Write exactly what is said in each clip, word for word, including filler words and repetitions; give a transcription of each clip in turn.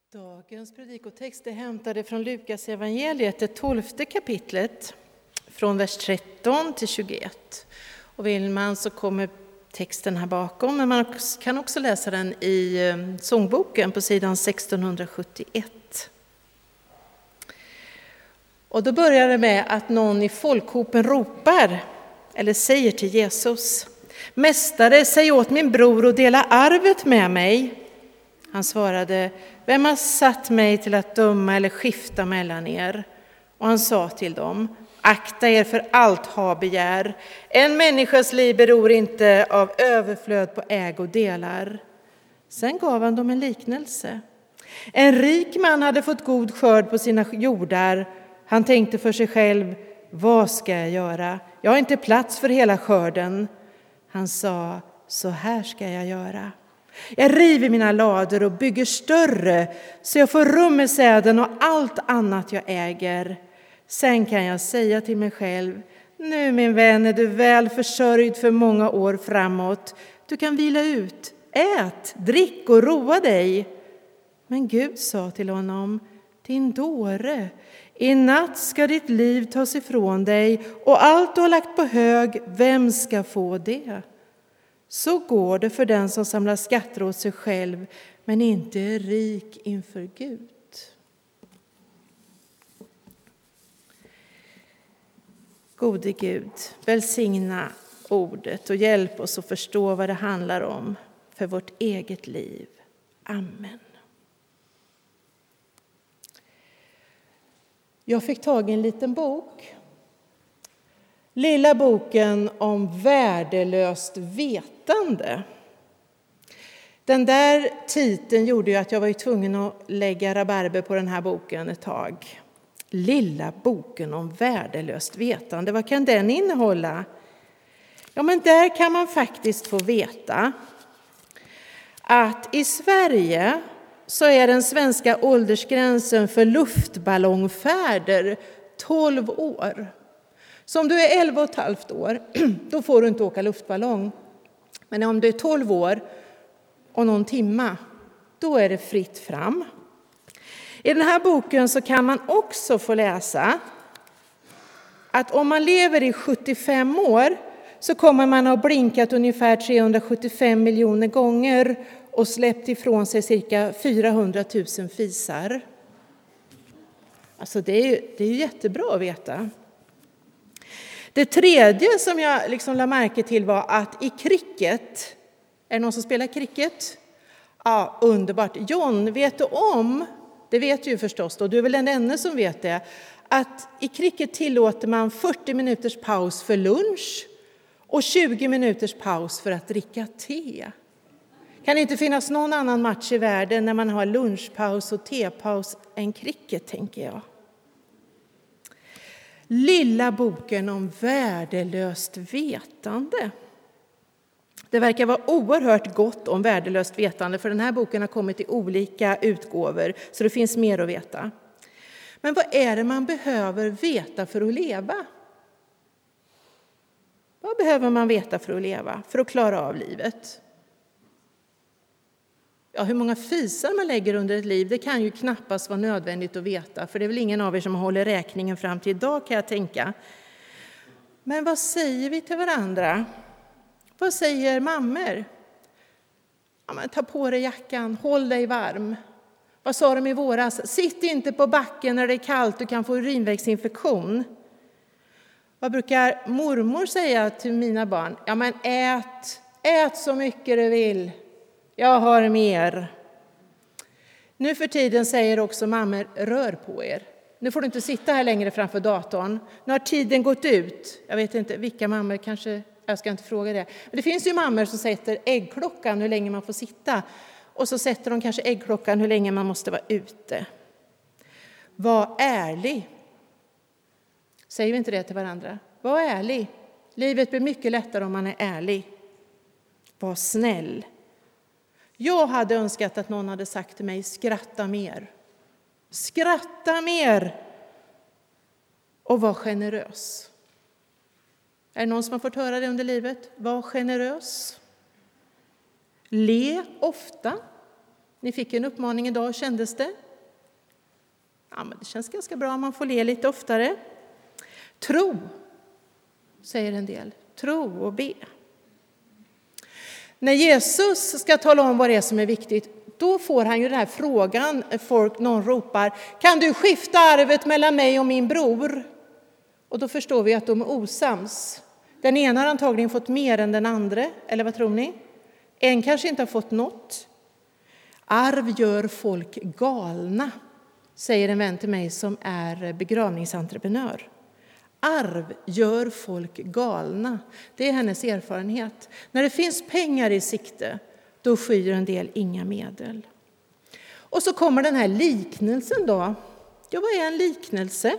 Dagens predikotext är hämtade från Lukas evangeliet, det tolfte kapitlet, från vers tretton till tjugoett. Och vill man så kommer texten här bakom, men man kan också läsa den i sångboken på sidan sextonhundrasjuttioett. Och då börjar det med att någon i folkhopen ropar, eller säger till Jesus: Mästare, säg åt min bror att dela arvet med mig. Han svarade: Vem har satt mig till att döma eller skifta mellan er? Och han sa till dem: Akta er för allt habegär. En människas liv beror inte av överflöd på ägodelar. Sen gav han dem en liknelse. En rik man hade fått god skörd på sina jordar. Han tänkte för sig själv: Vad ska jag göra? Jag har inte plats för hela skörden. Han sa: Så här ska jag göra. Jag river mina lador och bygger större, så jag får rum med säden och allt annat jag äger. Sen kan jag säga till mig själv: Nu, min vän, är du väl försörjd för många år framåt. Du kan vila ut, ät, drick och roa dig. Men Gud sa till honom: Din dåre, i natt ska ditt liv tas ifrån dig, och allt du har lagt på hög, vem ska få det? Så går det för den som samlar skatter åt sig själv, men inte är rik inför Gud. Gode Gud, välsigna ordet och hjälp oss att förstå vad det handlar om för vårt eget liv. Amen. Jag fick tag i en liten bok. Lilla boken om värdelöst vetande. Den där titeln gjorde ju att jag var tvungen att lägga rabarber på den här boken ett tag. Lilla boken om värdelöst vetande. Vad kan den innehålla? Ja, men där kan man faktiskt få veta att i Sverige så är den svenska åldersgränsen för luftballongfärder tolv år. Så om du är elva och ett halvt år, då får du inte åka luftballong. Men om du är tolv år och någon timma, då är det fritt fram. I den här boken så kan man också få läsa att om man lever i sjuttiofem år så kommer man ha blinkat ungefär trehundrasjuttiofem miljoner gånger och släppt ifrån sig cirka fyrahundratusen fisar. Alltså det är ju, det är ju jättebra att veta. Det tredje som jag liksom lade märke till var att i cricket, är det någon som spelar cricket? Ja, underbart. John, vet du om, det vet du ju förstås då, du är väl den enda som vet det, att i cricket tillåter man fyrtio minuters paus för lunch och tjugo minuters paus för att dricka te. Kan det inte finnas någon annan match i världen när man har lunchpaus och tepaus än cricket, tänker jag. Lilla boken om värdelöst vetande. Det verkar vara oerhört gott om värdelöst vetande, för den här boken har kommit i olika utgåvor, så det finns mer att veta. Men vad är det man behöver veta för att leva? Vad behöver man veta för att leva, för att klara av livet? Ja, hur många fisar man lägger under ett liv, det kan ju knappast vara nödvändigt att veta. För det är väl ingen av er som håller räkningen fram till idag, kan jag tänka. Men vad säger vi till varandra? Vad säger mammor? Ja, men ta på dig jackan, håll dig varm. Vad sa de i våras? Sitt inte på backen när det är kallt, du kan få urinvägsinfektion. Vad brukar mormor säga till mina barn? Ja, men ät, ät så mycket du vill. Jag har mer. Nu för tiden säger också mammor: rör på er. Nu får du inte sitta här längre framför datorn. Nu har tiden gått ut. Jag vet inte vilka mammor, kanske, jag ska inte fråga det. Men det finns ju mammor som sätter äggklockan hur länge man får sitta. Och så sätter de kanske äggklockan hur länge man måste vara ute. Var ärlig. Säger vi inte det till varandra? Var ärlig. Livet blir mycket lättare om man är ärlig. Var snäll. Jag hade önskat att någon hade sagt till mig: skratta mer. Skratta mer. Och var generös. Är det någon som har fått höra det under livet? Var generös. Le ofta. Ni fick en uppmaning idag, kändes det? Ja, men det känns ganska bra om man får le lite oftare. Tro, säger en del. Tro och be. När Jesus ska tala om vad det är som är viktigt, då får han ju den här frågan. Folk, någon ropar, kan du skifta arvet mellan mig och min bror? Och då förstår vi att de är osams. Den ena har antagligen fått mer än den andra, eller vad tror ni? En kanske inte har fått något. Arv gör folk galna, säger en vän till mig som är begravningsentreprenör. Arv gör folk galna. Det är hennes erfarenhet. När det finns pengar i sikte, då skyr en del inga medel. Och så kommer den här liknelsen då. Ja, vad är en liknelse?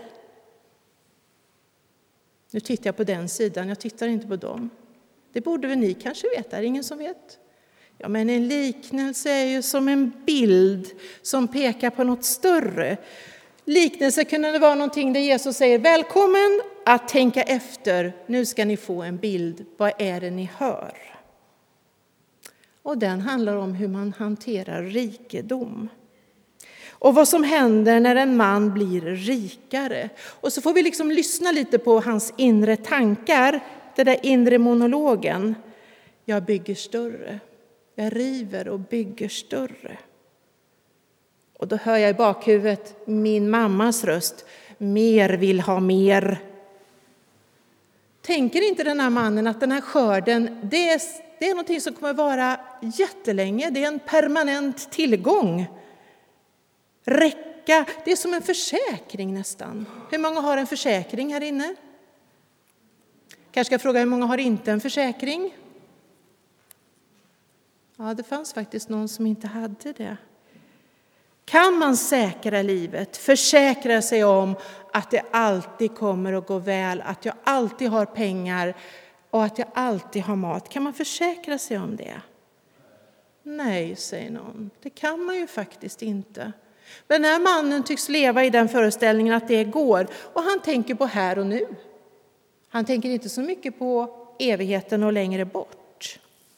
Nu tittar jag på den sidan, jag tittar inte på dem. Det borde väl ni kanske veta, är det ingen som vet? Ja, men en liknelse är ju som en bild som pekar på något större. Liknelse kunde det vara någonting där Jesus säger, välkommen att tänka efter, nu ska ni få en bild, vad är det ni hör? Och den handlar om hur man hanterar rikedom. Och vad som händer när en man blir rikare. Och så får vi liksom lyssna lite på hans inre tankar, den där inre monologen. Jag bygger större, jag river och bygger större. Och då hör jag i bakhuvudet min mammas röst. Mer vill ha mer. Tänker inte den här mannen att den här skörden, det är, det är någonting som kommer vara jättelänge. Det är en permanent tillgång. Räcka, det är som en försäkring nästan. Hur många har en försäkring här inne? Kanske ska fråga hur många har inte en försäkring? Ja, det fanns faktiskt någon som inte hade det. Kan man säkra livet, försäkra sig om att det alltid kommer att gå väl, att jag alltid har pengar och att jag alltid har mat? Kan man försäkra sig om det? Nej, säger någon. Det kan man ju faktiskt inte. Men den här mannen tycks leva i den föreställningen att det går. Och han tänker på här och nu. Han tänker inte så mycket på evigheten och längre bort.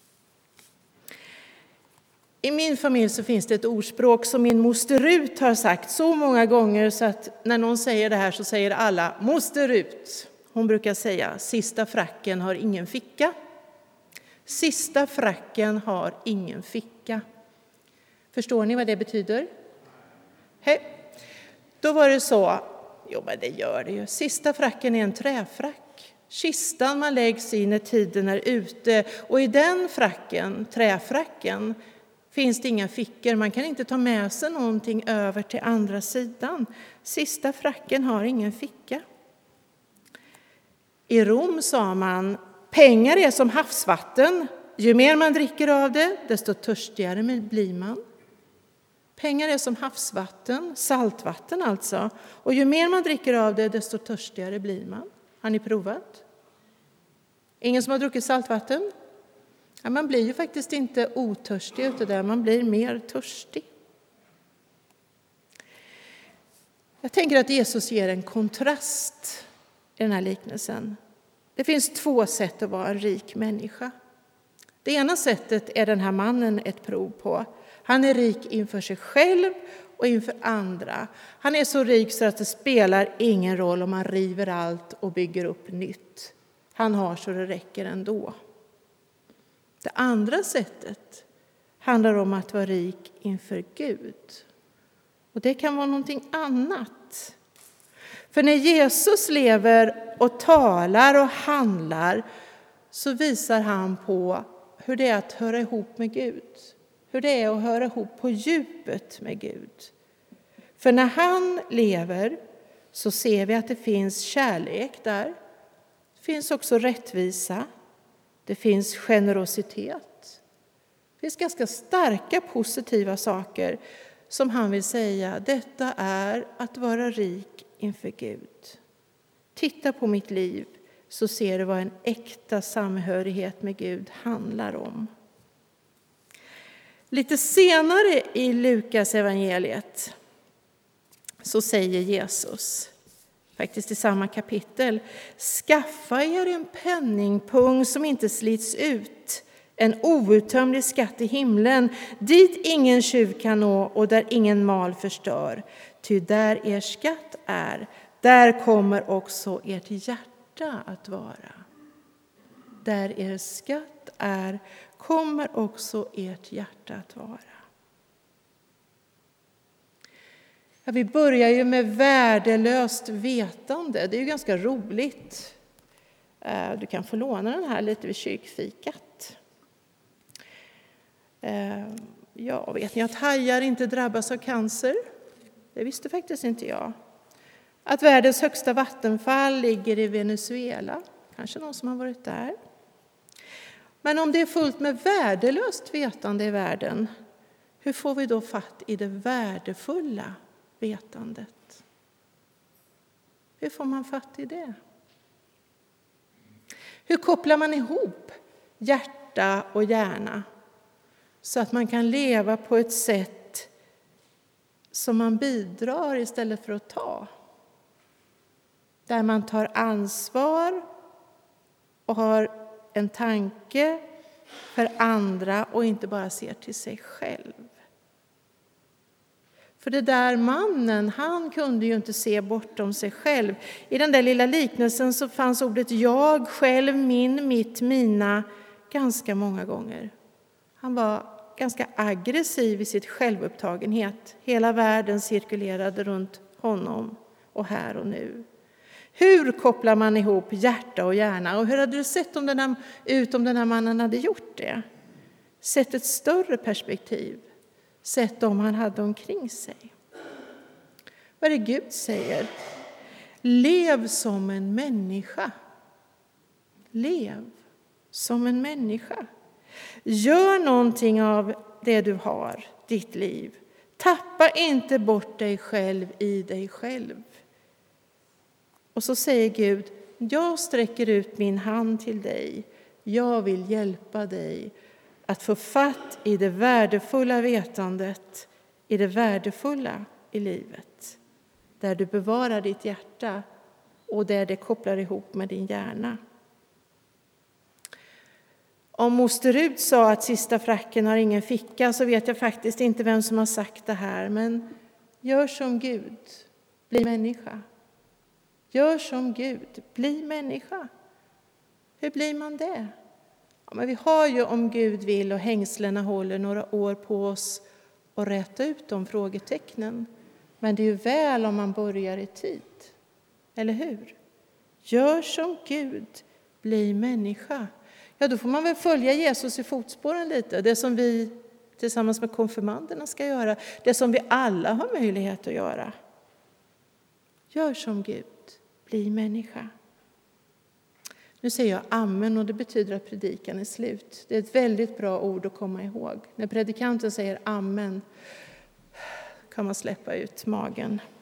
I min familj så finns det ett ordspråk som min moster Rut har sagt så många gånger så att när någon säger det här så säger alla moster Rut. Hon brukar säga sista fracken har ingen ficka. Sista fracken har ingen ficka. Förstår ni vad det betyder? Hej. Då var det så, jo men det gör det ju. Sista fracken är en träfrack. Kistan man läggs i när tiden är ute och i den fracken, träfracken, finns det inga fickor. Man kan inte ta med sig någonting över till andra sidan. Sista fracken har ingen ficka. I Rom sa man, pengar är som havsvatten. Ju mer man dricker av det, desto törstigare blir man. Pengar är som havsvatten, saltvatten alltså. Och ju mer man dricker av det, desto törstigare blir man. Har ni provat? Ingen som har druckit saltvatten? Ja, man blir ju faktiskt inte otörstig utav det, man blir mer törstig. Jag tänker att Jesus ger en kontrast i den här liknelsen. Det finns två sätt att vara en rik människa. Det ena sättet är den här mannen ett prov på. Han är rik inför sig själv och inför andra. Han är så rik så att det spelar ingen roll om man river allt och bygger upp nytt. Han har så det räcker ändå. Det andra sättet handlar om att vara rik inför Gud. Och det kan vara någonting annat. För när Jesus lever och talar och handlar så visar han på hur det är att höra ihop med Gud. Hur det är att höra ihop på djupet med Gud. För när han lever så ser vi att det finns kärlek där. Det finns också rättvisa. Det finns generositet. Det finns ganska starka positiva saker som han vill säga. Detta är att vara rik inför Gud. Titta på mitt liv så ser du vad en äkta samhörighet med Gud handlar om. Lite senare i Lukas evangeliet så säger Jesus, faktiskt i samma kapitel, skaffa er en penningpung som inte slits ut, en outtömlig skatt i himlen, dit ingen tjuv kan nå och där ingen mal förstör. Ty där er skatt är, där kommer också ert hjärta att vara. Där er skatt är, kommer också ert hjärta att vara. Ja, vi börjar ju med värdelöst vetande. Det är ju ganska roligt. Du kan få låna den här lite vid kyrkfikat. Ja, vet ni att hajar inte drabbas av cancer? Det visste faktiskt inte jag. Att världens högsta vattenfall ligger i Venezuela. Kanske någon som har varit där. Men om det är fullt med värdelöst vetande i världen, hur får vi då fatt i det värdefulla vetandet? Hur får man fatt i det? Hur kopplar man ihop hjärta och hjärna så att man kan leva på ett sätt som man bidrar istället för att ta? Där man tar ansvar och har en tanke för andra och inte bara ser till sig själv. För det där mannen, han kunde ju inte se bortom sig själv. I den där lilla liknelsen så fanns ordet jag, själv, min, mitt, mina ganska många gånger. Han var ganska aggressiv i sitt självupptagenhet. Hela världen cirkulerade runt honom och här och nu. Hur kopplar man ihop hjärta och hjärna? Och hur hade det sett om den här, ut om den här mannen hade gjort det? Sett ett större perspektiv. Sett om han hade omkring sig. Vad är det Gud säger? Lev som en människa. Lev som en människa. Gör någonting av det du har, ditt liv. Tappa inte bort dig själv i dig själv. Och så säger Gud, jag sträcker ut min hand till dig. Jag vill hjälpa dig att få fatt i det värdefulla vetandet, i det värdefulla i livet. Där du bevarar ditt hjärta och där det kopplar ihop med din hjärna. Om moster Rut sa att sista fracken har ingen ficka, så vet jag faktiskt inte vem som har sagt det här. Men gör som Gud, bli människa. Gör som Gud, bli människa. Hur blir man det? Ja, men vi har ju om Gud vill och hängslena håller några år på oss att räta ut de frågetecknen. Men det är ju väl om man börjar i tid. Eller hur? Gör som Gud, bli människa. Ja, då får man väl följa Jesus i fotspåren lite. Det som vi tillsammans med konfirmanderna ska göra. Det som vi alla har möjlighet att göra. Gör som Gud, bli människa. Nu säger jag amen och det betyder att predikan är slut. Det är ett väldigt bra ord att komma ihåg. När predikanten säger amen kan man släppa ut magen.